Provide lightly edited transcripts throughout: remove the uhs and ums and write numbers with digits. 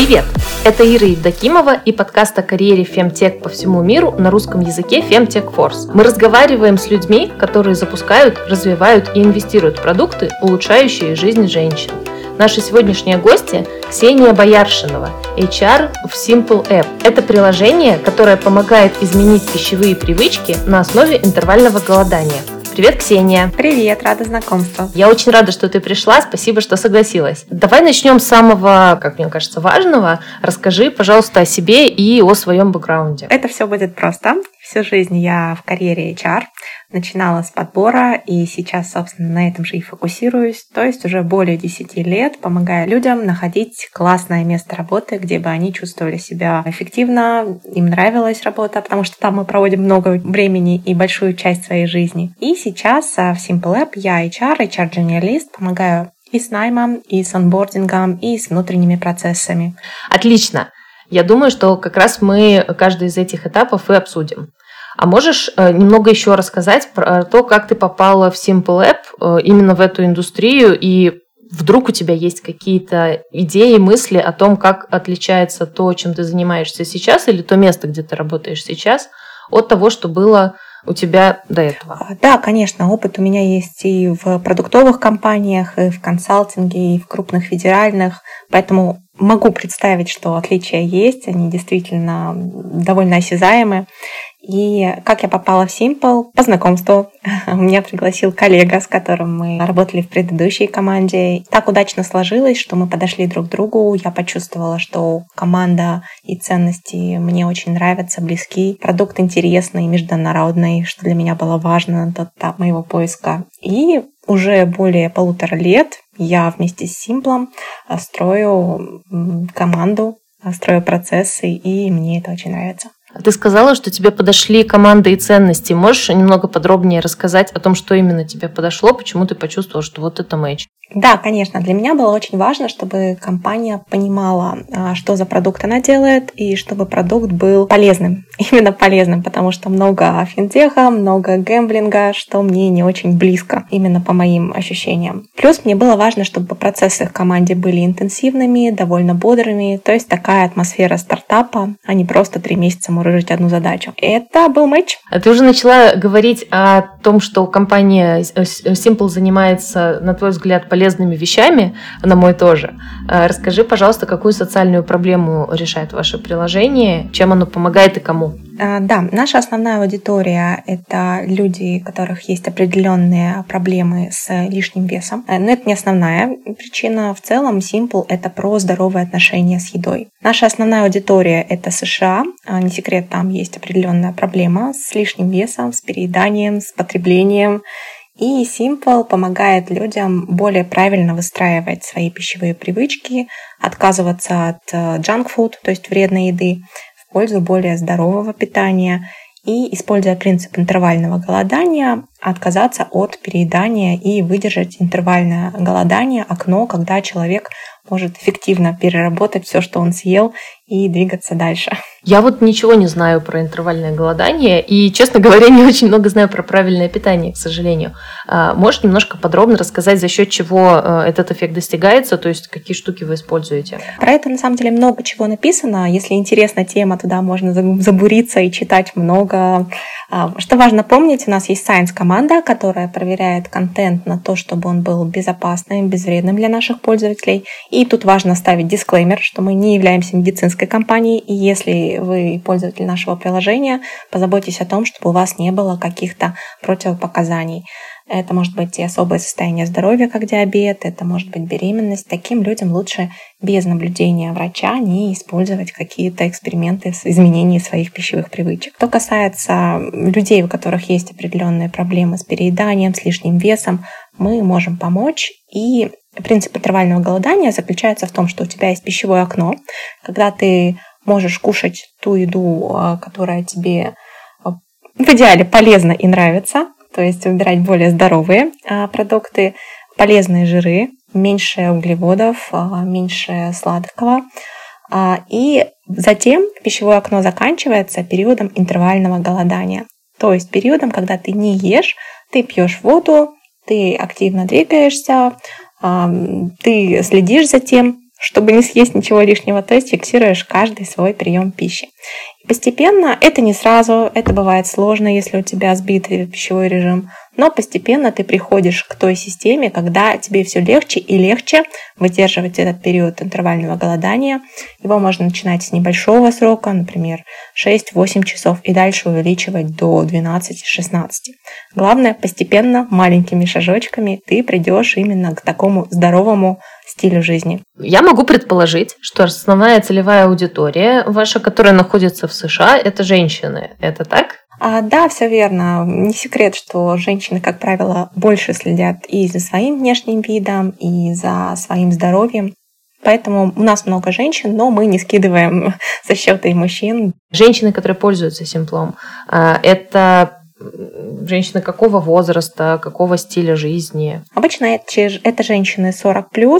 Привет! Это Ира Евдокимова и подкаст о карьере Femtech по всему миру на русском языке Femtech Force. Мы разговариваем с людьми, которые запускают, развивают и инвестируют в продукты, улучшающие жизнь женщин. Наши сегодняшние гости – Ксения Бояршинова, HR в Simple App. Это приложение, которое помогает изменить пищевые привычки на основе интервального голодания. Привет, Ксения! Привет, рада знакомству. Я очень рада, что ты пришла, спасибо, что согласилась. Давай начнем с самого, как мне кажется, важного. Расскажи, пожалуйста, о себе и о своем бэкграунде. Это все будет просто. Всю жизнь я в карьере HR. Начинала с подбора и сейчас, собственно, на этом же и фокусируюсь. То есть уже более 10 лет помогаю людям находить классное место работы, где бы они чувствовали себя эффективно, им нравилась работа, потому что там мы проводим много времени и большую часть своей жизни. И сейчас в Simple App я HR-генералист, помогаю и с наймом, и с онбордингом, и с внутренними процессами. Отлично! Я думаю, что как раз мы каждый из этих этапов и обсудим. А можешь немного еще рассказать про то, как ты попала в Simple App, именно в эту индустрию, и вдруг у тебя есть какие-то идеи, мысли о том, как отличается то, чем ты занимаешься сейчас, или то место, где ты работаешь сейчас, от того, что было у тебя до этого? Да, конечно, опыт у меня есть и в продуктовых компаниях, и в консалтинге, и в крупных федеральных, поэтому могу представить, что отличия есть, они действительно довольно осязаемы. И как я попала в Simple? По знакомству. Меня пригласил коллега, с которым мы работали в предыдущей команде. Так удачно сложилось, что мы подошли друг к другу. Я почувствовала, что команда и ценности мне очень нравятся, близки. Продукт интересный, международный, что для меня было важно на тот этап моего поиска. И уже более 1,5 лет я вместе с Simple строю команду, строю процессы, и мне это очень нравится. Ты сказала, что тебе подошли команда и ценности. Можешь немного подробнее рассказать о том, что именно тебе подошло, почему ты почувствовала, что вот это матч? Да, конечно. Для меня было очень важно, чтобы компания понимала, что за продукт она делает, и чтобы продукт был полезным. Именно полезным, потому что много финтеха, много гэмблинга, что мне не очень близко, именно по моим ощущениям. Плюс мне было важно, чтобы процессы в команде были интенсивными, довольно бодрыми, то есть такая атмосфера стартапа, а не просто 3 месяца мурыжить одну задачу. Это был матч. А ты уже начала говорить о том, что компания Simple занимается, на твой взгляд, полезными вещами, на мой тоже. Расскажи, пожалуйста, какую социальную проблему решает ваше приложение, чем оно помогает и кому? Да, наша основная аудитория – это люди, у которых есть определенные проблемы с лишним весом. Но это не основная причина. В целом Simple – это про здоровые отношения с едой. Наша основная аудитория – это США. Не секрет, там есть определенная проблема с лишним весом, с перееданием, с потреблением. И Simple помогает людям более правильно выстраивать свои пищевые привычки, отказываться от junk food, то есть вредной еды, в пользу более здорового питания и, используя принцип интервального голодания, отказаться от переедания и выдержать интервальное голодание, окно, когда человек может эффективно переработать все, что он съел, и двигаться дальше. Я вот ничего не знаю про интервальное голодание и, честно говоря, не очень много знаю про правильное питание, к сожалению. Можешь немножко подробно рассказать, за счет чего этот эффект достигается, то есть какие штуки вы используете? Про это на самом деле много чего написано. Если интересна тема, туда можно забуриться и читать много. Что важно помнить, у нас есть Science-команда, которая проверяет контент на то, чтобы он был безопасным, безвредным для наших пользователей. И тут важно ставить дисклеймер, что мы не являемся медицинской компанией, и если вы пользователь нашего приложения, позаботьтесь о том, чтобы у вас не было каких-то противопоказаний. Это может быть и особое состояние здоровья, как диабет, это может быть беременность. Таким людям лучше без наблюдения врача не использовать какие-то эксперименты с изменением своих пищевых привычек. Что касается людей, у которых есть определенные проблемы с перееданием, с лишним весом, мы можем помочь. И принцип интервального голодания заключается в том, что у тебя есть пищевое окно, когда ты можешь кушать ту еду, которая тебе в идеале полезна и нравится, то есть выбирать более здоровые продукты, полезные жиры, меньше углеводов, меньше сладкого. И затем пищевое окно заканчивается периодом интервального голодания, то есть периодом, когда ты не ешь, ты пьешь воду, ты активно двигаешься, ты следишь за тем, чтобы не съесть ничего лишнего, то есть фиксируешь каждый свой прием пищи. И постепенно, это не сразу, это бывает сложно, если у тебя сбитый пищевой режим, но постепенно ты приходишь к той системе, когда тебе все легче и легче выдерживать этот период интервального голодания. Его можно начинать с небольшого срока, например, 6-8 часов, и дальше увеличивать до 12-16. Главное, постепенно, маленькими шажочками ты придешь именно к такому здоровому стилю жизни. Я могу предположить, что основная целевая аудитория ваша, которая находится в США, это женщины. Это так? Да, все верно. Не секрет, что женщины, как правило, больше следят и за своим внешним видом, и за своим здоровьем. Поэтому у нас много женщин, но мы не скидываем со счета и мужчин. Женщины, которые пользуются Simplom, это женщины какого возраста, какого стиля жизни? Обычно это женщины 40+,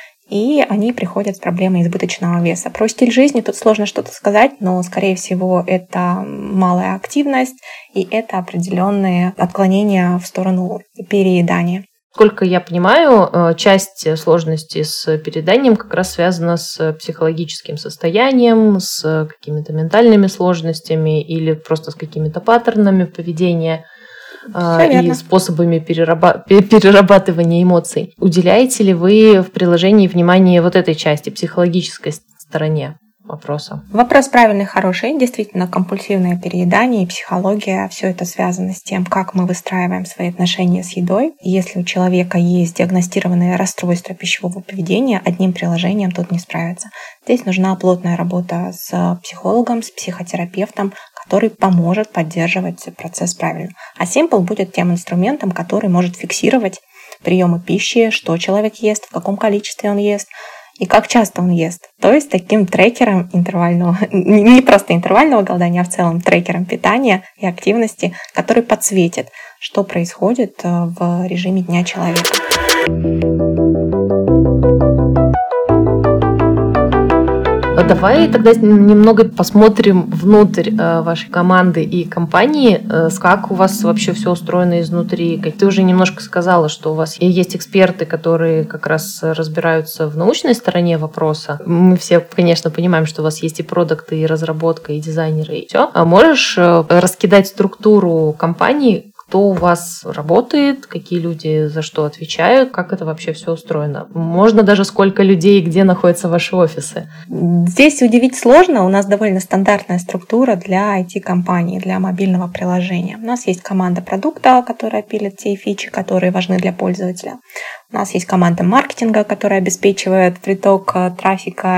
и они приходят с проблемой избыточного веса. Про стиль жизни тут сложно что-то сказать, но, скорее всего, это малая активность и это определенные отклонения в сторону переедания. Сколько я понимаю, часть сложности с перееданием как раз связана с психологическим состоянием, с какими-то ментальными сложностями или просто с какими-то паттернами поведения и способами перерабатывания эмоций. Уделяете ли вы в приложении внимание вот этой части, психологической стороне вопроса? Вопрос правильный, хороший. Действительно, компульсивное переедание и психология, все это связано с тем, как мы выстраиваем свои отношения с едой. И если у человека есть диагностированное расстройство пищевого поведения, одним приложением тут не справиться. Здесь нужна плотная работа с психологом, с психотерапевтом, который поможет поддерживать процесс правильно. А Simple будет тем инструментом, который может фиксировать приемы пищи, что человек ест, в каком количестве он ест, и как часто он ест. То есть таким трекером интервального, не просто интервального голодания, а в целом трекером питания и активности, который подсветит, что происходит в режиме дня человека. Давай тогда немного посмотрим внутрь вашей команды и компании, как у вас вообще все устроено изнутри. Как ты уже немножко сказала, что у вас есть эксперты, которые как раз разбираются в научной стороне вопроса. Мы все, конечно, понимаем, что у вас есть и продукты, и разработка, и дизайнеры, и все. А можешь раскидать структуру компании, кто у вас работает, какие люди за что отвечают, как это вообще все устроено? Можно даже сколько людей, где находятся ваши офисы? Здесь удивить сложно. У нас довольно стандартная структура для IT-компании, для мобильного приложения. У нас есть команда продукта, которая пилит те фичи, которые важны для пользователя. У нас есть команда маркетинга, которая обеспечивает приток трафика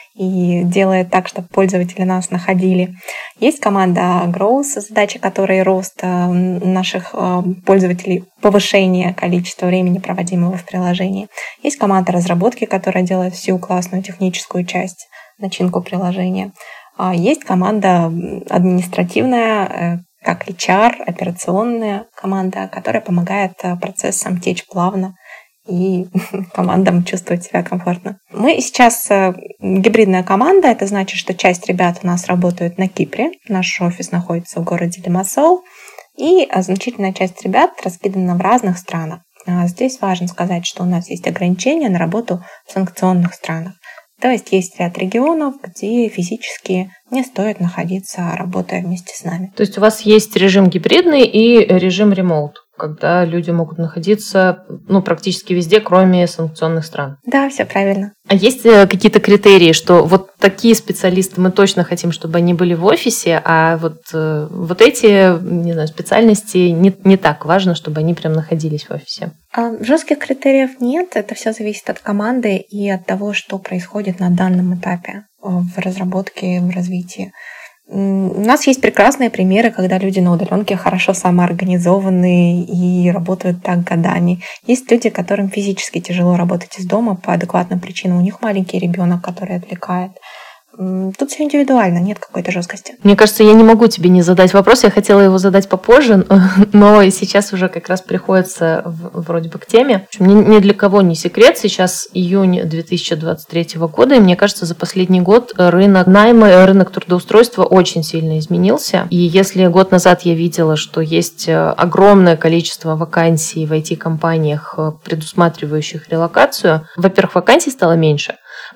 и делает так, чтобы пользователи нас находили. Есть команда Growth, задача которой рост наших пользователей, повышение количества времени, проводимого в приложении. Есть команда разработки, которая делает всю классную техническую часть, начинку приложения. Есть команда административная, как HR, операционная команда, которая помогает процессам течь плавно и командам чувствовать себя комфортно. Мы сейчас гибридная команда, это значит, что часть ребят у нас работают на Кипре, наш офис находится в городе Лимассол, и значительная часть ребят раскидана в разных странах. Здесь важно сказать, что у нас есть ограничения на работу в санкционных странах. То есть есть ряд регионов, где физически не стоит находиться, работая вместе с нами. То есть у вас есть режим гибридный и режим ремоут, когда люди могут находиться практически везде, кроме санкционных стран. Да, все правильно. А есть какие-то критерии, что вот такие специалисты мы точно хотим, чтобы они были в офисе, а вот эти, не знаю, специальности не так важно, чтобы они прям находились в офисе? Жестких критериев нет, это все зависит от команды и от того, что происходит на данном этапе в разработке, в развитии. У нас есть прекрасные примеры, когда люди на удаленке хорошо самоорганизованы и работают так годами. Есть люди, которым физически тяжело работать из дома по адекватным причинам. У них маленький ребенок, который отвлекает. Тут все индивидуально, нет какой-то жесткости. Мне кажется, я не могу тебе не задать вопрос. Я хотела его задать попозже, но сейчас уже как раз приходится вроде бы к теме. В общем, ни для кого не секрет. Сейчас июнь 2023 года, и мне кажется, за последний год рынок найма, рынок трудоустройства очень сильно изменился. И если год назад я видела, что есть огромное количество вакансий в IT-компаниях, предусматривающих релокацию, во-первых, вакансий стало меньше.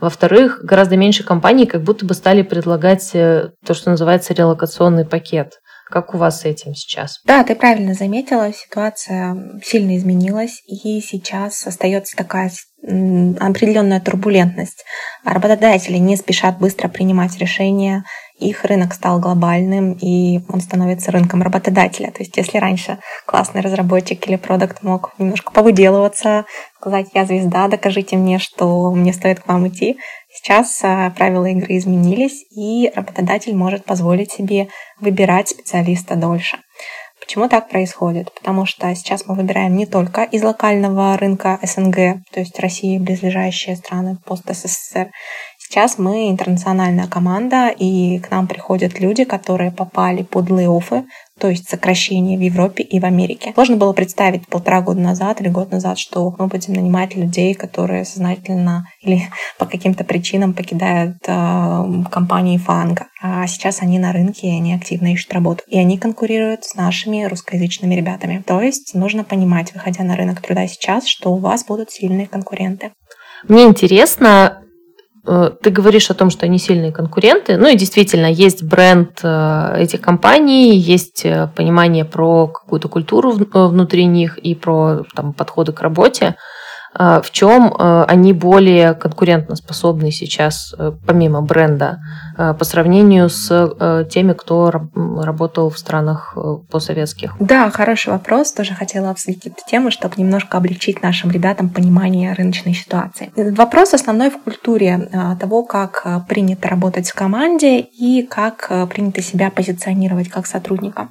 Во-вторых, гораздо меньше компаний как будто бы стали предлагать то, что называется релокационный пакет. Как у вас с этим сейчас? Да, ты правильно заметила, ситуация сильно изменилась, и сейчас остается такая определенная турбулентность. Работодатели не спешат быстро принимать решения, их рынок стал глобальным, и он становится рынком работодателя. То есть если раньше классный разработчик или продакт мог немножко повыделываться, сказать: «Я звезда, докажите мне, что мне стоит к вам идти», сейчас правила игры изменились, и работодатель может позволить себе выбирать специалиста дольше. Почему так происходит? Потому что сейчас мы выбираем не только из локального рынка СНГ, то есть Россия и близлежащие страны пост-СССР. Сейчас мы интернациональная команда, и к нам приходят люди, которые попали под лей-оффы, то есть сокращения в Европе и в Америке. Сложно было представить 1,5 года назад или год назад, что мы будем нанимать людей, которые сознательно или по каким-то причинам покидают компании фанга. А сейчас они на рынке, и они активно ищут работу. И они конкурируют с нашими русскоязычными ребятами. То есть нужно понимать, выходя на рынок труда сейчас, что у вас будут сильные конкуренты. Мне интересно, ты говоришь о том, что они сильные конкуренты. Ну и действительно, есть бренд этих компаний, есть понимание про какую-то культуру внутри них и про подходы к работе. В чем они более конкурентоспособны сейчас, помимо бренда, по сравнению с теми, кто работал в странах постсоветских? Да, хороший вопрос. Тоже хотела обсудить эту тему, чтобы немножко облегчить нашим ребятам понимание рыночной ситуации. Этот вопрос основной в культуре того, как принято работать в команде и как принято себя позиционировать как сотрудника.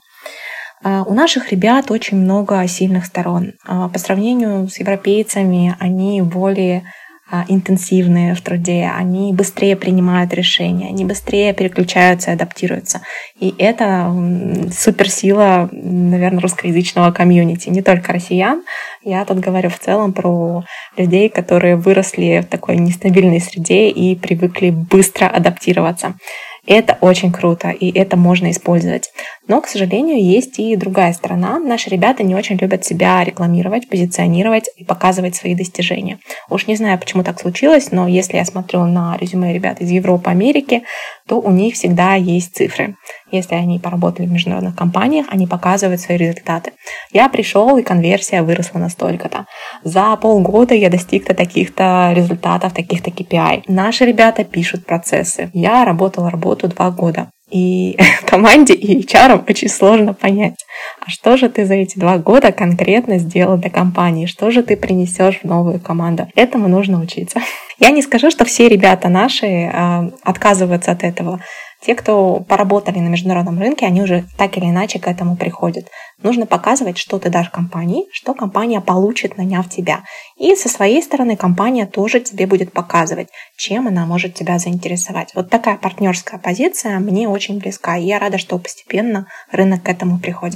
У наших ребят очень много сильных сторон. По сравнению с европейцами, они более интенсивные в труде, они быстрее принимают решения, они быстрее переключаются и адаптируются. И это суперсила, наверное, русскоязычного комьюнити, не только россиян. Я тут говорю в целом про людей, которые выросли в такой нестабильной среде и привыкли быстро адаптироваться. Это очень круто, и это можно использовать. Но, к сожалению, есть и другая сторона. Наши ребята не очень любят себя рекламировать, позиционировать и показывать свои достижения. Уж не знаю, почему так случилось, но если я смотрю на резюме ребят из Европы, Америки, то у них всегда есть цифры. Если они поработали в международных компаниях, они показывают свои результаты. Я пришел, и конверсия выросла настолько-то. За полгода я достиг таких-то результатов, таких-то KPI. Наши ребята пишут процессы. Я работала 2 года. И команде и HR очень сложно понять, а что же ты за эти 2 года конкретно сделал для компании, что же ты принесешь в новую команду. Этому нужно учиться. Я не скажу, что все ребята наши отказываются от этого. Те, кто поработали на международном рынке, они уже так или иначе к этому приходят. Нужно показывать, что ты дашь компании, что компания получит, наняв тебя. И со своей стороны компания тоже тебе будет показывать, чем она может тебя заинтересовать. Вот такая партнерская позиция мне очень близка. И я рада, что постепенно рынок к этому приходит.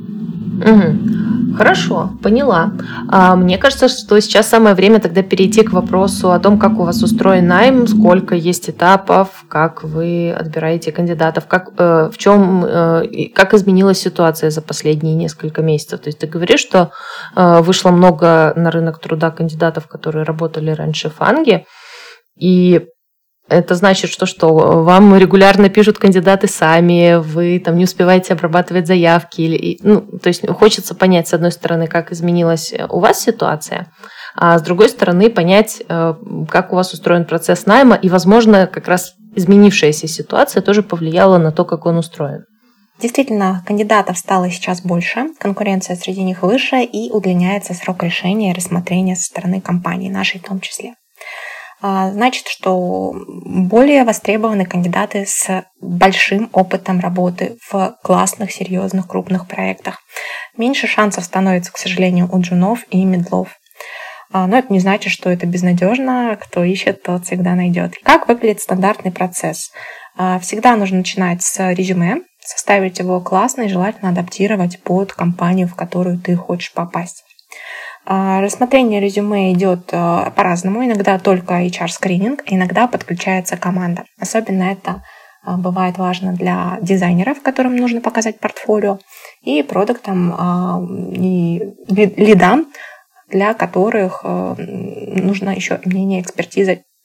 Хорошо, поняла. Мне кажется, что сейчас самое время тогда перейти к вопросу о том, как у вас устроен найм, сколько есть этапов, как вы отбираете кандидатов, как изменилась ситуация за последние несколько месяцев. То есть ты говоришь, что вышло много на рынок труда кандидатов, которые работали раньше в фанге, и это значит, что вам регулярно пишут кандидаты сами, вы не успеваете обрабатывать заявки. То есть хочется понять, с одной стороны, как изменилась у вас ситуация, а с другой стороны, понять, как у вас устроен процесс найма, и, возможно, как раз изменившаяся ситуация тоже повлияла на то, как он устроен. Действительно, кандидатов стало сейчас больше, конкуренция среди них выше, и удлиняется срок решения и рассмотрения со стороны компании, нашей в том числе. Значит, что более востребованы кандидаты с большим опытом работы в классных, серьезных, крупных проектах. Меньше шансов становится, к сожалению, у джунов и медлов. Но это не значит, что это безнадежно. Кто ищет, тот всегда найдет. Как выглядит стандартный процесс? Всегда нужно начинать с резюме, составить его классно и желательно адаптировать под компанию, в которую ты хочешь попасть. Рассмотрение резюме идет по-разному. Иногда только HR-скрининг, иногда подключается команда. Особенно это бывает важно для дизайнеров, которым нужно показать портфолио, и продуктам, и лидам, для которых нужно еще мнение, экспертиза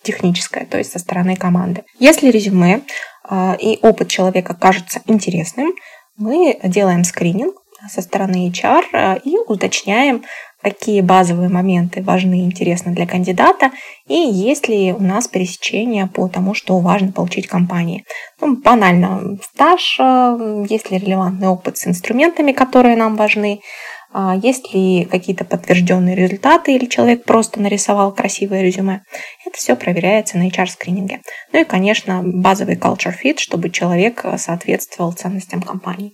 техническое, то есть со стороны команды. Если резюме и опыт человека кажутся интересным, мы делаем скрининг со стороны HR и уточняем, какие базовые моменты важны и интересны для кандидата, и есть ли у нас пересечения по тому, что важно получить компании. Банально стаж, есть ли релевантный опыт с инструментами, которые нам важны, есть ли какие-то подтвержденные результаты, или человек просто нарисовал красивое резюме. Это все проверяется на HR-скрининге. И, конечно, базовый culture fit, чтобы человек соответствовал ценностям компании.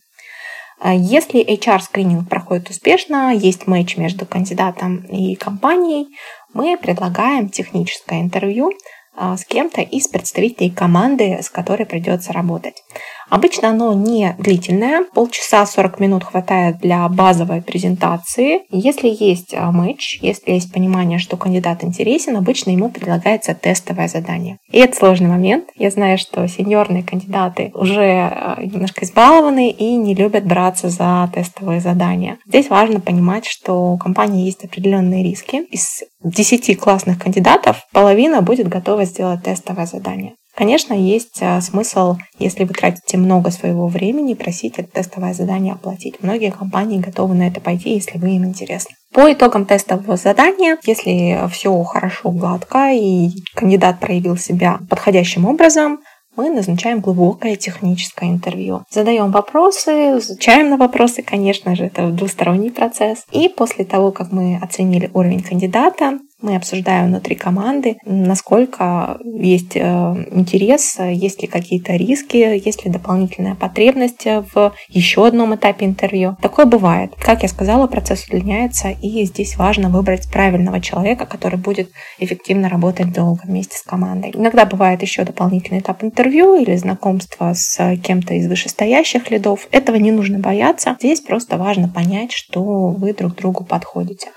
Если HR-скрининг проходит успешно, есть матч между кандидатом и компанией, мы предлагаем техническое интервью с кем-то из представителей команды, с которой придется работать. Обычно оно не длительное, полчаса 40 минут хватает для базовой презентации. Если есть матч, если есть понимание, что кандидат интересен, обычно ему предлагается тестовое задание. И это сложный момент. Я знаю, что сеньорные кандидаты уже немножко избалованы и не любят браться за тестовые задания. Здесь важно понимать, что у компании есть определенные риски. Из 10 классных кандидатов половина будет готова сделать тестовое задание. Конечно, есть смысл, если вы тратите много своего времени, просить это тестовое задание оплатить. Многие компании готовы на это пойти, если вы им интересны. По итогам тестового задания, если все хорошо, гладко и кандидат проявил себя подходящим образом, мы назначаем глубокое техническое интервью. Задаем вопросы, изучаем на вопросы, конечно же, это двусторонний процесс. И после того, как мы оценили уровень кандидата, мы обсуждаем внутри команды, насколько есть интерес, есть ли какие-то риски, есть ли дополнительная потребность в еще одном этапе интервью. Такое бывает. Как я сказала, процесс удлиняется, и здесь важно выбрать правильного человека, который будет эффективно работать долго вместе с командой. Иногда бывает еще дополнительный этап интервью или знакомство с кем-то из вышестоящих лидов. Этого не нужно бояться. Здесь просто важно понять, что вы друг другу подходите.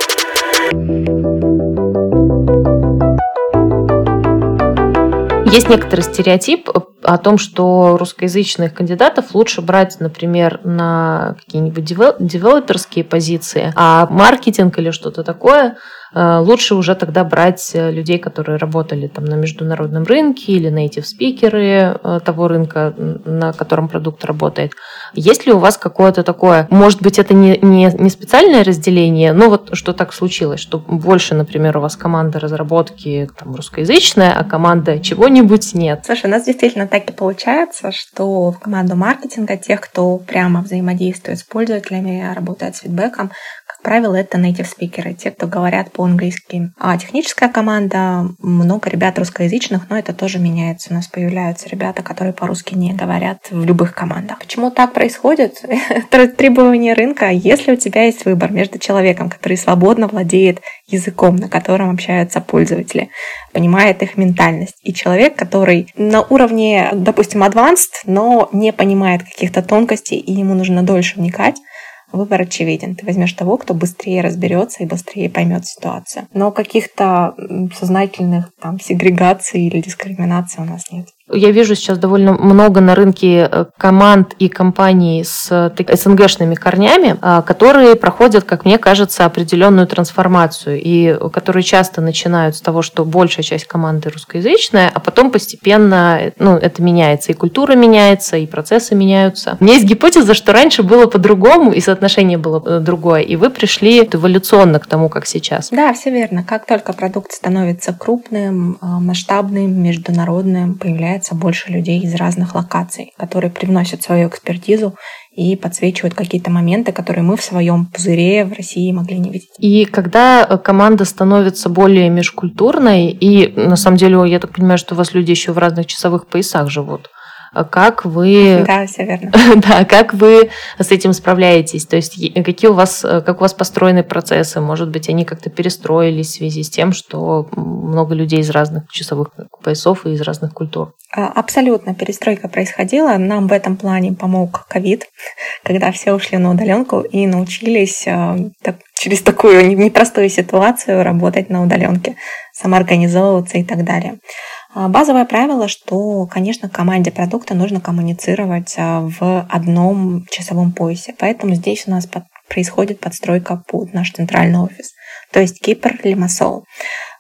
Есть некоторый стереотип о том, что русскоязычных кандидатов лучше брать, например, на какие-нибудь девелоперские позиции, а маркетинг или что-то такое лучше уже тогда брать людей, которые работали там на международном рынке или нейтив-спикеры того рынка, на котором продукт работает. Есть ли у вас какое-то такое, может быть, это не специальное разделение, но вот что так случилось, что больше, например, у вас команда разработки там, русскоязычная, а команда чего-нибудь нет? Слушай, у нас действительно так и получается, что в команду маркетинга, тех, кто прямо взаимодействует с пользователями, работает с фидбэком, как правило, это нейтив-спикеры, те, кто говорят по-английски. А техническая команда, много ребят русскоязычных, но это тоже меняется. У нас появляются ребята, которые по-русски не говорят в любых командах. Почему так происходит? Это требование рынка. Если у тебя есть выбор между человеком, который свободно владеет языком, на котором общаются пользователи, понимает их ментальность, и человек, который на уровне, допустим, advanced, но не понимает каких-то тонкостей, и ему нужно дольше вникать, выбор очевиден. Ты возьмешь того, кто быстрее разберется и быстрее поймет ситуацию. Но каких-то сознательных сегрегаций или дискриминаций у нас нет. Я вижу сейчас довольно много на рынке команд и компаний с СНГшными корнями, которые проходят, как мне кажется, определенную трансформацию и которые часто начинают с того, что большая часть команды русскоязычная, а потом постепенно это меняется, и культура меняется, и процессы меняются. У меня есть гипотеза, что раньше было по-другому, и соотношение было другое, и вы пришли эволюционно к тому, как сейчас. Да, все верно. Как только продукт становится крупным, масштабным, международным, появляется больше людей из разных локаций, которые привносят свою экспертизу и подсвечивают какие-то моменты, которые мы в своем пузыре в России могли не видеть. И когда команда становится более межкультурной, и на самом деле, я так понимаю, что у вас люди еще в разных часовых поясах живут, как вы... Да, все верно. Да, как вы с этим справляетесь? То есть как у вас построены процессы? Может быть, они как-то перестроились в связи с тем, что много людей из разных часовых поясов и из разных культур? Абсолютно перестройка происходила. Нам в этом плане помог ковид, когда все ушли на удаленку и научились через такую непростую ситуацию работать на удаленке, самоорганизовываться и так далее. Базовое правило, что, конечно, команде продукта нужно коммуницировать в одном часовом поясе. Поэтому здесь у нас происходит подстройка под наш центральный офис. То есть Кипр, Лимассол.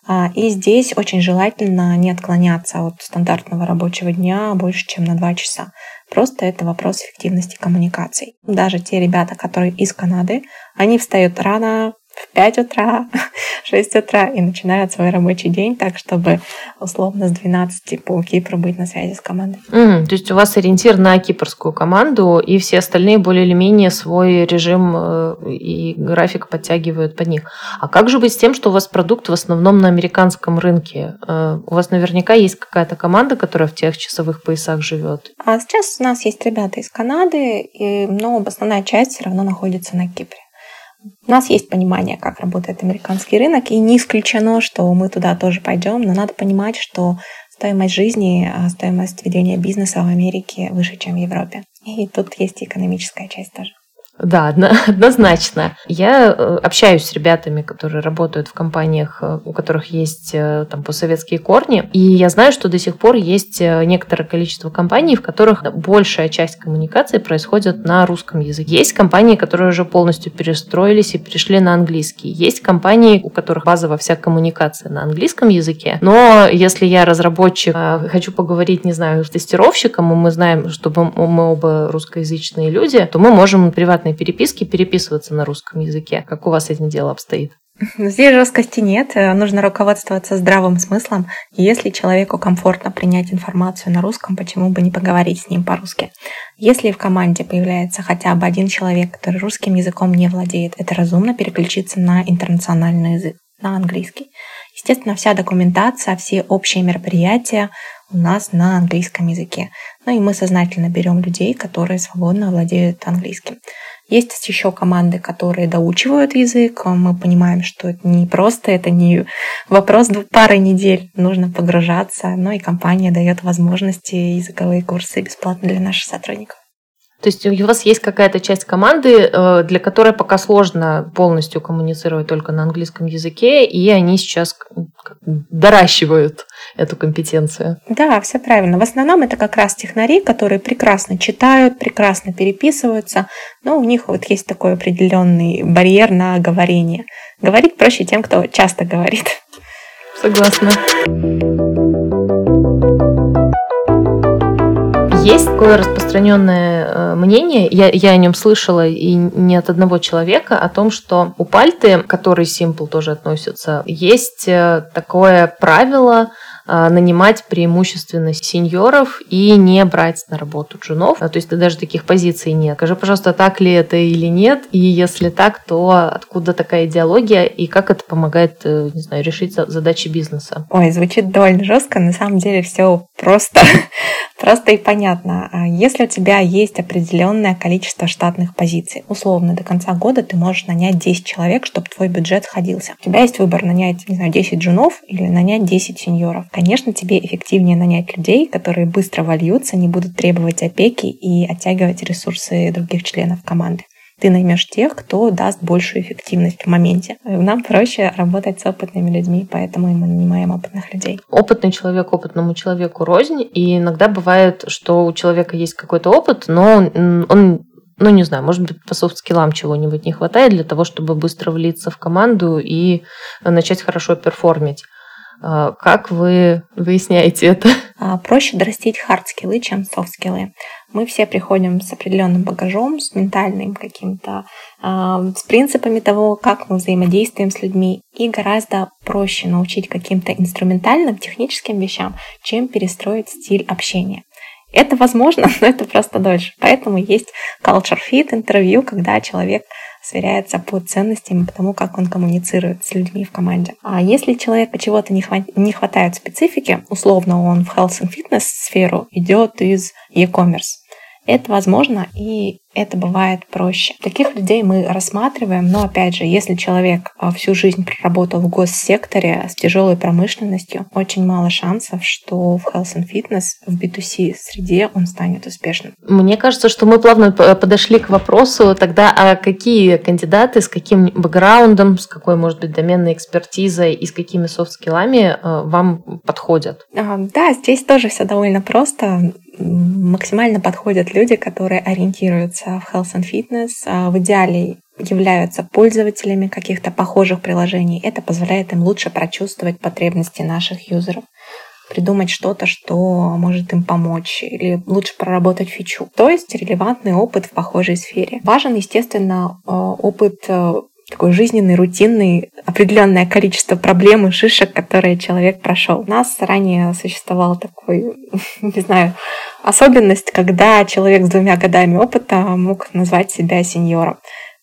И здесь очень желательно не отклоняться от стандартного рабочего дня больше, чем на 2 часа. Просто это вопрос эффективности коммуникаций. Даже те ребята, которые из Канады, они встают рано, в 5 утра, 6 утра и начинают свой рабочий день так, чтобы условно с 12 по Кипру быть на связи с командой. То есть у вас ориентир на кипрскую команду, и все остальные более или менее свой режим и график подтягивают под них. А как же быть с тем, что у вас продукт в основном на американском рынке? У вас наверняка есть какая-то команда, которая в тех часовых поясах живет? А сейчас у нас есть ребята из Канады, но основная часть все равно находится на Кипре. У нас есть понимание, как работает американский рынок, и не исключено, что мы туда тоже пойдем, но надо понимать, что стоимость жизни, стоимость ведения бизнеса в Америке выше, чем в Европе. И тут есть экономическая часть тоже. Да, однозначно. Я общаюсь с ребятами, которые работают в компаниях, у которых есть там постсоветские корни, и я знаю, что до сих пор есть некоторое количество компаний, в которых большая часть коммуникации происходит на русском языке. Есть компании, которые уже полностью перестроились и перешли на английский. Есть компании, у которых базовая вся коммуникация на английском языке, но если я разработчик, хочу поговорить, не знаю, с тестировщиком, и мы знаем, что мы оба русскоязычные люди, то мы можем приватно переписки переписываться на русском языке. Как у вас с этим дело обстоит? Здесь жесткости нет, нужно руководствоваться здравым смыслом. Если человеку комфортно принять информацию на русском, почему бы не поговорить с ним по-русски? Если в команде появляется хотя бы один человек, который русским языком не владеет, это разумно переключиться на интернациональный язык, на английский. Естественно, вся документация, все общие мероприятия у нас на английском языке. И мы сознательно берем людей, которые свободно владеют английским. Есть еще команды, которые доучивают язык. Мы понимаем, что это не просто, это не вопрос пары недель. Нужно погружаться. И компания дает возможности языковые курсы бесплатно для наших сотрудников. То есть у вас есть какая-то часть команды, для которой пока сложно полностью коммуницировать только на английском языке, и они сейчас доращивают эту компетенцию. Да, все правильно. В основном это как раз технари, которые прекрасно читают, прекрасно переписываются, но у них вот есть такой определенный барьер на говорение. Говорить проще тем, кто часто говорит. Согласна. Есть такое распространенное мнение, я о нем слышала и не от одного человека, о том, что у Пальты, к которой Simple тоже относится, есть такое правило нанимать преимущественно сеньоров и не брать на работу джунов. То есть даже таких позиций нет. Скажи, пожалуйста, так ли это или нет? И если так, то откуда такая идеология и как это помогает, не знаю, решить задачи бизнеса? Ой, звучит довольно жестко. На самом деле все просто и понятно. Если у тебя есть определенное количество штатных позиций, условно, до конца года ты можешь нанять 10 человек, чтобы твой бюджет сходился. У тебя есть выбор нанять, 10 джунов или нанять 10 сеньоров. Конечно, тебе эффективнее нанять людей, которые быстро вольются, не будут требовать опеки и оттягивать ресурсы других членов команды. Ты наймешь тех, кто даст большую эффективность в моменте. Нам проще работать с опытными людьми, поэтому мы нанимаем опытных людей. Опытный человек опытному человеку рознь, и иногда бывает, что у человека есть какой-то опыт, но он не знаю, может быть, по софт-скиллам чего-нибудь не хватает для того, чтобы быстро влиться в команду и начать хорошо перформить. Как вы выясняете это? Проще дорастить хард-скиллы, чем софт-скиллы. Мы все приходим с определенным багажом, с ментальным каким-то, с принципами того, как мы взаимодействуем с людьми. И гораздо проще научить каким-то инструментальным, техническим вещам, чем перестроить стиль общения. Это возможно, но это просто дольше. Поэтому есть culture fit интервью, когда человек сверяется по ценностям, по тому, как он коммуницирует с людьми в команде. А если человеку чего-то не хватает специфики, условно он в health and fitness сферу идет из e-commerce, это возможно, и это бывает проще. Таких людей мы рассматриваем, но опять же, если человек всю жизнь проработал в госсекторе с тяжелой промышленностью, очень мало шансов, что в health and fitness, в B2C среде он станет успешным. Мне кажется, что мы плавно подошли к вопросу тогда, а какие кандидаты, с каким бэкграундом, с какой, может быть, доменной экспертизой и с какими софт-скиллами вам подходят? Да, здесь тоже все довольно просто. Максимально подходят люди, которые ориентируются в health and fitness. В идеале являются пользователями каких-то похожих приложений. Это позволяет им лучше прочувствовать потребности наших юзеров, придумать что-то, что может им помочь, или лучше проработать фичу. То есть релевантный опыт в похожей сфере. Важен, естественно, опыт такой жизненный, рутинный, определенное количество проблем и шишек, которые человек прошел. У нас ранее существовал такой, не знаю, особенность, когда человек с 2 годами опыта мог назвать себя сеньором.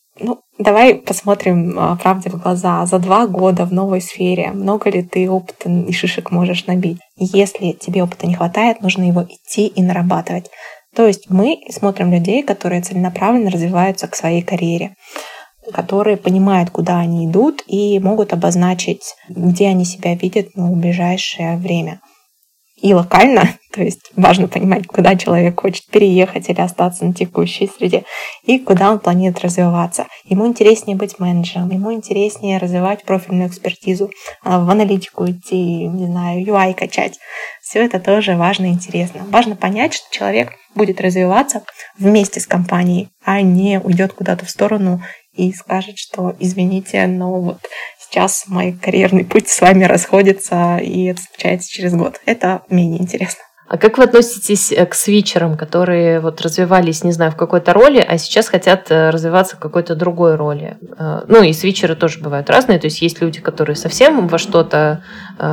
Давай посмотрим правде в глаза. За 2 года в новой сфере много ли ты опыта и шишек можешь набить? Если тебе опыта не хватает, нужно его идти и нарабатывать. То есть мы смотрим людей, которые целенаправленно развиваются к своей карьере, которые понимают, куда они идут и могут обозначить, где они себя видят в ближайшее время. И локально, то есть важно понимать, куда человек хочет переехать или остаться на текущей среде, и куда он планирует развиваться. Ему интереснее быть менеджером, ему интереснее развивать профильную экспертизу, в аналитику идти, не знаю, UI качать. Все это тоже важно и интересно. Важно понять, что человек будет развиваться вместе с компанией, а не уйдет куда-то в сторону и скажет, что извините, но сейчас мой карьерный путь с вами расходится, и это случается через год. Это менее интересно. А как вы относитесь к свитчерам, которые развивались, не знаю, в какой-то роли, а сейчас хотят развиваться в какой-то другой роли? И свитчеры тоже бывают разные, то есть есть люди, которые совсем во что-то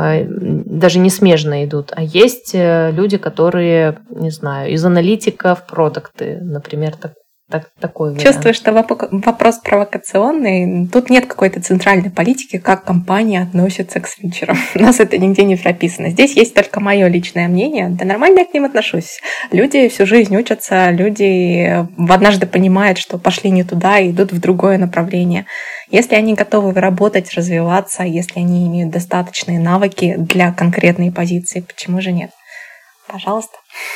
даже не смежно идут, а есть люди, которые, не знаю, из аналитика в продукты, например, такой вариант. Чувствую, что вопрос провокационный. Тут нет какой-то центральной политики, как компания относится к свитчерам. У нас это нигде не прописано. Здесь есть только мое личное мнение. Да нормально я к ним отношусь. Люди всю жизнь учатся, люди однажды понимают, что пошли не туда и идут в другое направление. Если они готовы работать, развиваться, если они имеют достаточные навыки для конкретной позиции, почему же нет? Пожалуйста.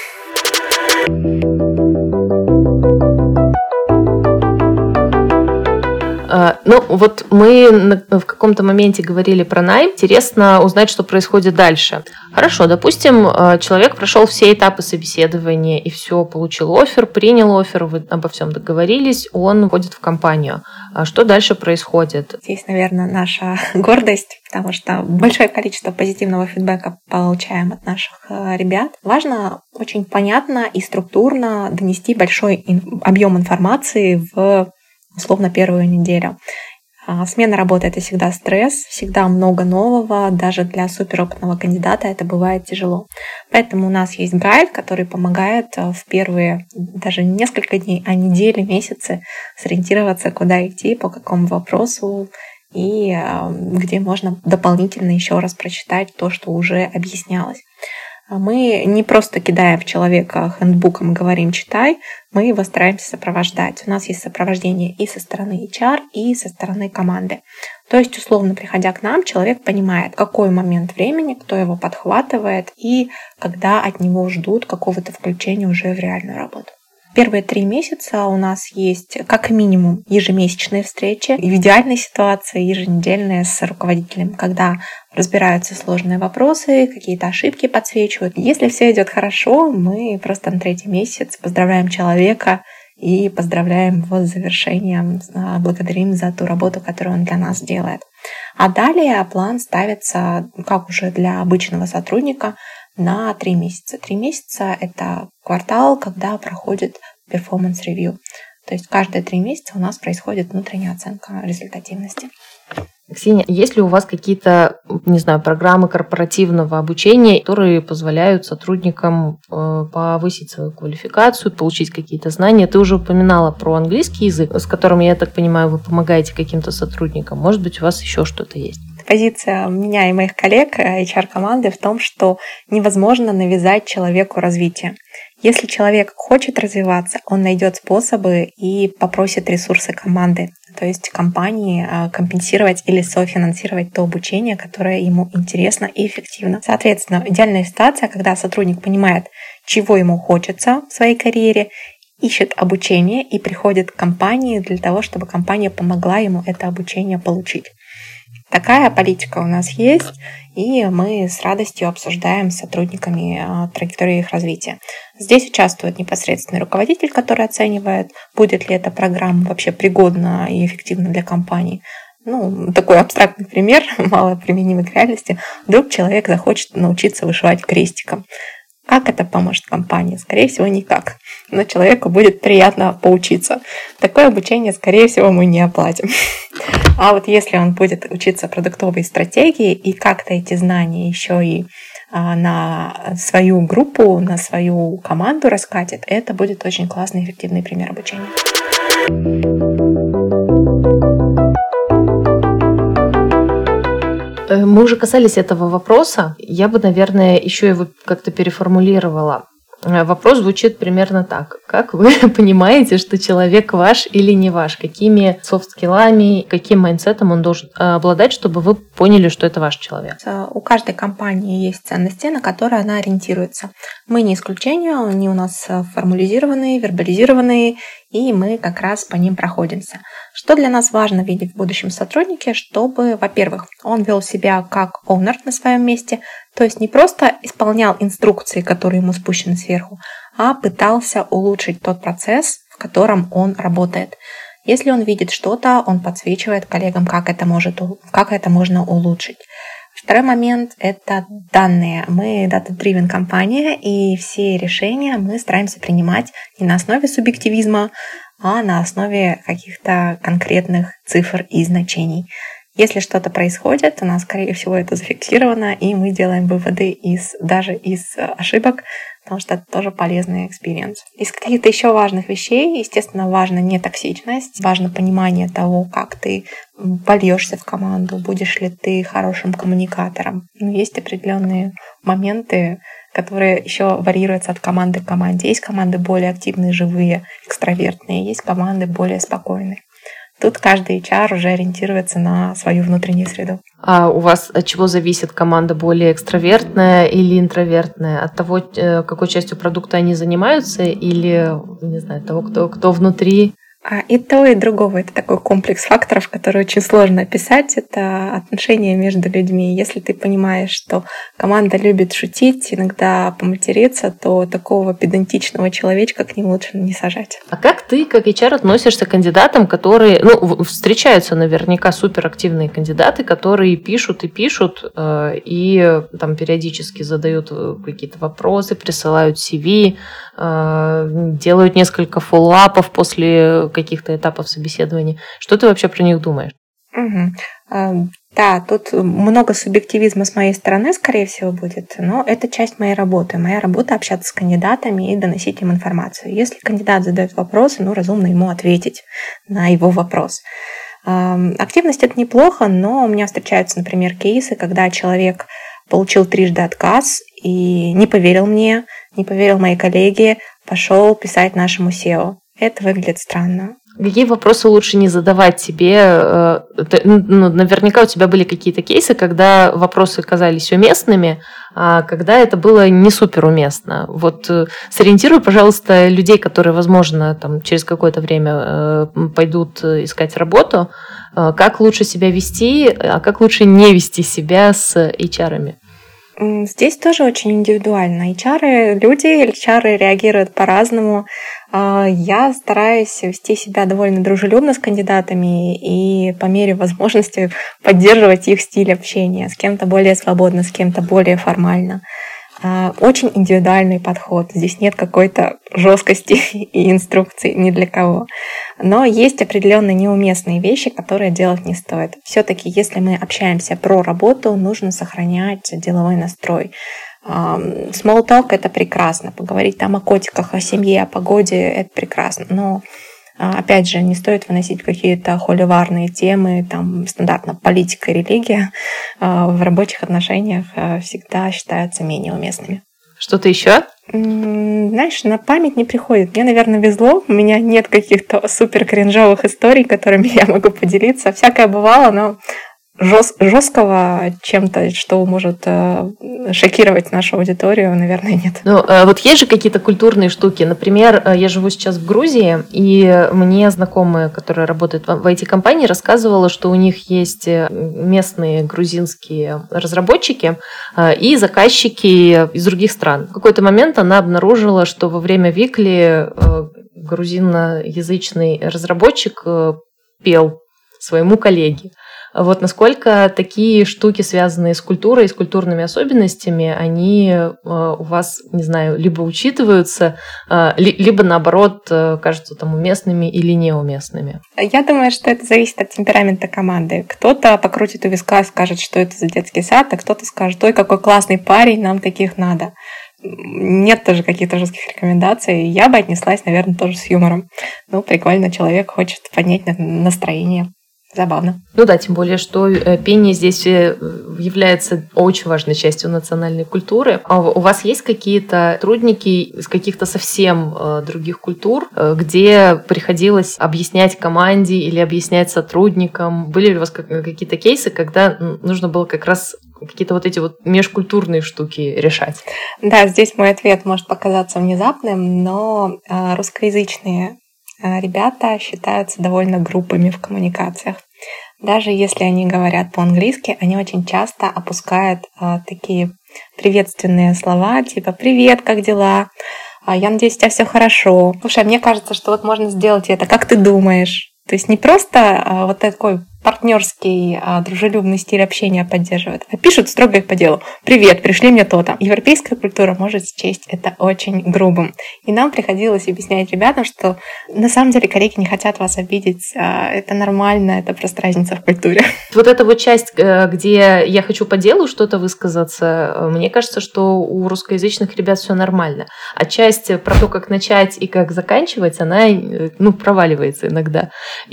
Мы в каком-то моменте говорили про найм. Интересно узнать, что происходит дальше. Хорошо, допустим, человек прошел все этапы собеседования и все, получил оффер, принял оффер, вы обо всем договорились, он входит в компанию. А что дальше происходит? Здесь, наверное, наша гордость, потому что большое количество позитивного фидбэка получаем от наших ребят. Важно очень понятно и структурно донести большой объем информации в условно первую неделю. Смена работы — это всегда стресс, всегда много нового, даже для суперопытного кандидата это бывает тяжело. Поэтому у нас есть гайд, который помогает в первые даже несколько дней, а недели, месяцы сориентироваться, куда идти, по какому вопросу, и где можно дополнительно еще раз прочитать то, что уже объяснялось. Мы не просто кидаем в человека хэндбуком и говорим «читай», мы его стараемся сопровождать. У нас есть сопровождение и со стороны HR, и со стороны команды. То есть, условно, приходя к нам, человек понимает, в какой момент времени, кто его подхватывает и когда от него ждут какого-то включения уже в реальную работу. Первые 3 месяца у нас есть как минимум ежемесячные встречи, и в идеальной ситуации еженедельные с руководителем, когда разбираются сложные вопросы, какие-то ошибки подсвечивают. Если все идет хорошо, мы просто на 3-й месяц поздравляем человека и поздравляем его с завершением, благодарим за ту работу, которую он для нас делает. А далее план ставится, как уже для обычного сотрудника, на 3 месяца. 3 месяца — это квартал, когда проходит перформанс-ревью. То есть каждые 3 месяца у нас происходит внутренняя оценка результативности. Ксения, есть ли у вас какие-то, не знаю, программы корпоративного обучения, которые позволяют сотрудникам повысить свою квалификацию, получить какие-то знания? Ты уже упоминала про английский язык, с которым, я так понимаю, вы помогаете каким-то сотрудникам. Может быть, у вас еще что-то есть? Позиция меня и моих коллег, HR-команды, в том, что невозможно навязать человеку развитие. Если человек хочет развиваться, он найдет способы и попросит ресурсы команды, то есть компании, компенсировать или софинансировать то обучение, которое ему интересно и эффективно. Соответственно, идеальная ситуация, когда сотрудник понимает, чего ему хочется в своей карьере, ищет обучение и приходит к компании для того, чтобы компания помогла ему это обучение получить. Такая политика у нас есть, и мы с радостью обсуждаем с сотрудниками траекторию их развития. Здесь участвует непосредственный руководитель, который оценивает, будет ли эта программа вообще пригодна и эффективна для компании. Такой абстрактный пример, мало применимый к реальности. Вдруг человек захочет научиться вышивать крестиком. Как это поможет компании? Скорее всего, никак. Но человеку будет приятно поучиться. Такое обучение, скорее всего, мы не оплатим. А вот если он будет учиться продуктовой стратегии и как-то эти знания еще и на свою группу, на свою команду раскатит, это будет очень классный, эффективный пример обучения. Мы уже касались этого вопроса. Я бы, наверное, еще его как-то переформулировала. Вопрос звучит примерно так. Как вы понимаете, что человек ваш или не ваш? Какими софт-скиллами, каким майндсетом он должен обладать, чтобы вы поняли, что это ваш человек? У каждой компании есть ценности, на которые она ориентируется. Мы не исключение, они у нас формализированные, вербализированные, и мы как раз по ним проходимся. Что для нас важно видеть в будущем сотруднике, чтобы, во-первых, он вел себя как оунер на своем месте, то есть не просто исполнял инструкции, которые ему спущены сверху, а пытался улучшить тот процесс, в котором он работает. Если он видит что-то, он подсвечивает коллегам, как это можно улучшить. Второй момент – это данные. Мы data-driven компания, и все решения мы стараемся принимать не на основе субъективизма, а на основе каких-то конкретных цифр и значений. Если что-то происходит, у нас, скорее всего, это зафиксировано, и мы делаем выводы даже из ошибок, потому что это тоже полезный экспириенс. Из каких-то еще важных вещей, естественно, важна нетоксичность, важно понимание того, как ты вольешься в команду, будешь ли ты хорошим коммуникатором. Есть определенные моменты, которые еще варьируются от команды к команде. Есть команды более активные, живые, экстравертные, есть команды более спокойные. Тут каждый HR уже ориентируется на свою внутреннюю среду. А у вас от чего зависит команда, более экстравертная или интровертная? От того, какой частью продукта они занимаются, или, не знаю, того, кто внутри? И то, и другого. Это такой комплекс факторов, который очень сложно описать. Это отношения между людьми. Если ты понимаешь, что команда любит шутить, иногда поматериться, то такого педантичного человечка к ним лучше не сажать. А как ты, как HR, относишься к кандидатам, которые... встречаются наверняка суперактивные кандидаты, которые пишут и там периодически задают какие-то вопросы, присылают CV, делают несколько фоллоуапов после каких-то этапов собеседования. Что ты вообще про них думаешь? Да, тут много субъективизма с моей стороны, скорее всего, будет, но это часть моей работы. Моя работа — общаться с кандидатами и доносить им информацию. Если кандидат задает вопросы, разумно ему ответить на его вопрос. Активность — это неплохо, но у меня встречаются, например, кейсы, когда человек получил трижды отказ и не поверил мне, не поверил моей коллеге, пошел писать нашему SEO. Это выглядит странно. Какие вопросы лучше не задавать себе? Наверняка у тебя были какие-то кейсы, когда вопросы казались уместными, а когда это было не суперуместно. Вот сориентируй, пожалуйста, людей, которые, возможно, там, через какое-то время пойдут искать работу, как лучше себя вести, а как лучше не вести себя с HR-ами. Здесь тоже очень индивидуально. HR реагируют по-разному. Я стараюсь вести себя довольно дружелюбно с кандидатами и по мере возможности поддерживать их стиль общения. С кем-то более свободно, с кем-то более формально. Очень индивидуальный подход. Здесь нет какой-то жесткости и инструкций ни для кого. Но есть определенные неуместные вещи, которые делать не стоит. Все-таки, если мы общаемся про работу, нужно сохранять деловой настрой. Small talk — это прекрасно. Поговорить там о котиках, о семье, о погоде — это прекрасно. Но опять же, не стоит выносить какие-то холиварные темы, там стандартно политика и религия в рабочих отношениях всегда считаются менее уместными. Что-то еще? Знаешь, на память не приходит. Мне, наверное, везло. У меня нет каких-то супер кринжовых историй, которыми я могу поделиться. Всякое бывало, но жесткого чем-то, что может шокировать нашу аудиторию, наверное, нет. Ну, вот есть же какие-то культурные штуки. Например, я живу сейчас в Грузии, и мне знакомая, которая работает в IT-компании, рассказывала, что у них есть местные грузинские разработчики и заказчики из других стран. В какой-то момент она обнаружила, что во время Викли грузиноязычный разработчик пел своему коллеге. Вот насколько такие штуки, связанные с культурой, с культурными особенностями, они у вас, не знаю, либо учитываются, либо наоборот кажутся там уместными или неуместными? Я думаю, что это зависит от темперамента команды. Кто-то покрутит у виска и скажет, что это за детский сад, а кто-то скажет: ой, какой классный парень, нам таких надо. Нет тоже каких-то жестких рекомендаций. Я бы отнеслась, наверное, тоже с юмором. Ну, прикольно, человек хочет поднять настроение. Забавно. Ну да, тем более, что пение здесь является очень важной частью национальной культуры. А у вас есть какие-то сотрудники из каких-то совсем других культур, где приходилось объяснять команде или объяснять сотрудникам? Были ли у вас какие-то кейсы, когда нужно было как раз какие-то вот эти вот межкультурные штуки решать? Да, здесь мой ответ может показаться внезапным, но русскоязычные ребята считаются довольно грубыми в коммуникациях. Даже если они говорят по-английски, они очень часто опускают такие приветственные слова, типа «Привет, как дела? Я надеюсь, у тебя все хорошо. Слушай, мне кажется, что вот можно сделать это. Как ты думаешь?» То есть не просто вот такой партнерский, дружелюбный стиль общения поддерживают, а пишут строго по делу. «Привет, пришли мне то-то». Европейская культура может счесть это очень грубым. И нам приходилось объяснять ребятам, что на самом деле коллеги не хотят вас обидеть. Это нормально, это просто разница в культуре. Вот эта вот часть, где я хочу по делу что-то высказаться, мне кажется, что у русскоязычных ребят все нормально. А часть про то, как начать и как заканчивать, она проваливается иногда.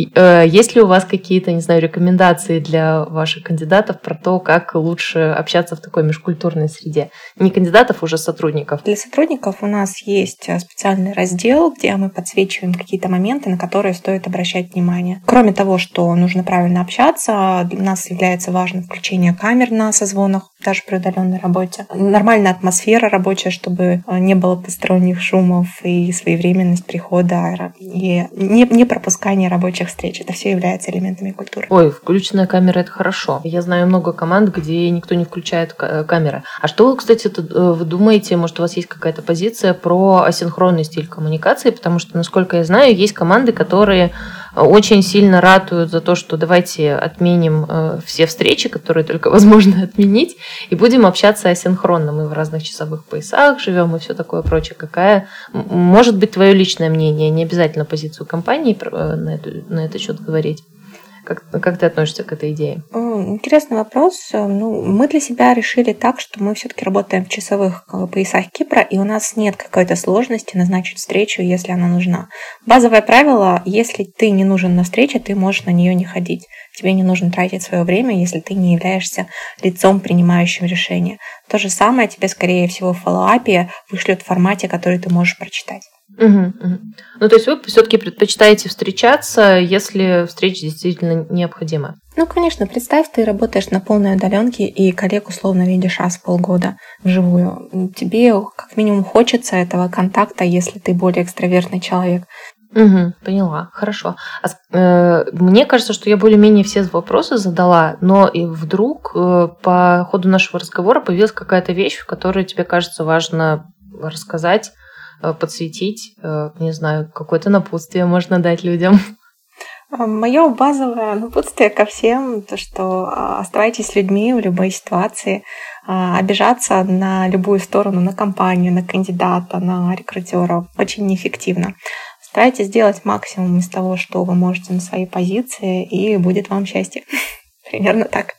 Есть ли у вас какие-то, не знаю, рекомендации для ваших кандидатов про то, как лучше общаться в такой межкультурной среде? Не кандидатов, уже сотрудников. Для сотрудников у нас есть специальный раздел, где мы подсвечиваем какие-то моменты, на которые стоит обращать внимание. Кроме того, что нужно правильно общаться, для нас является важным включение камер на созвонах, даже при удаленной работе. Нормальная атмосфера рабочая, чтобы не было посторонних шумов и своевременность прихода, и не пропускание рабочих встреч. Это все является элементами культуры. Ой, включенная камера — это хорошо. Я знаю много команд, где никто не включает камеры. А что вы, кстати, вы думаете, может, у вас есть какая-то позиция про асинхронный стиль коммуникации? Потому что, насколько я знаю, есть команды, которые очень сильно ратуют за то, что давайте отменим все встречи, которые только возможно отменить, и будем общаться асинхронно. Мы в разных часовых поясах живем и все такое прочее. Какая может быть твое личное мнение? Не обязательно позицию компании на этот счет говорить. Как ты относишься к этой идее? Интересный вопрос. Мы для себя решили так, что мы все-таки работаем в часовых поясах Кипра, и у нас нет какой-то сложности назначить встречу, если она нужна. Базовое правило: если ты не нужен на встрече, ты можешь на нее не ходить. Тебе не нужно тратить свое время, если ты не являешься лицом, принимающим решение. То же самое тебе, скорее всего, в фоллоуапе вышлют в формате, который ты можешь прочитать. Ну, то есть вы все-таки предпочитаете встречаться, если встреча действительно необходима? Ну, конечно, представь, ты работаешь на полной удаленке, и коллег условно видишь раз в полгода вживую. Тебе как минимум хочется этого контакта, если ты более экстравертный человек. Поняла, хорошо. Мне кажется, что я более-менее все вопросы задала, но и вдруг по ходу нашего разговора появилась какая-то вещь, в которой тебе кажется важно рассказать, подсветить, не знаю, какое-то напутствие можно дать людям. Мое базовое напутствие ко всем, то, что оставайтесь с людьми в любой ситуации. Обижаться на любую сторону, на компанию, на кандидата, на рекрутера очень неэффективно. Старайтесь сделать максимум из того, что вы можете на своей позиции, и будет вам счастье. Примерно так.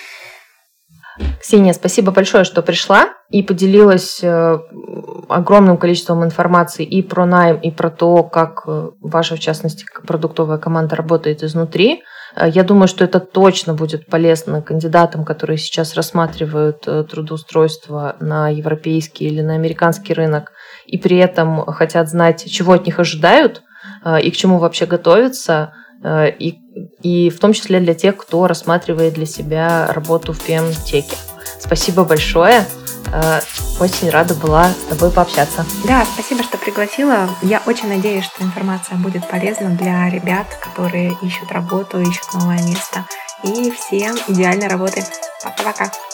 Ксения, спасибо большое, что пришла и поделилась огромным количеством информации и про найм, и про то, как ваша, в частности, продуктовая команда работает изнутри. Я думаю, что это точно будет полезно кандидатам, которые сейчас рассматривают трудоустройство на европейский или на американский рынок, и при этом хотят знать, чего от них ожидают и к чему вообще готовиться. и в том числе для тех, кто рассматривает для себя работу в PM-теке. Спасибо большое. Очень рада была с тобой пообщаться. Да, спасибо, что пригласила. Я очень надеюсь, что информация будет полезна для ребят, которые ищут работу, ищут новое место. И всем идеальной работы. Пока-пока.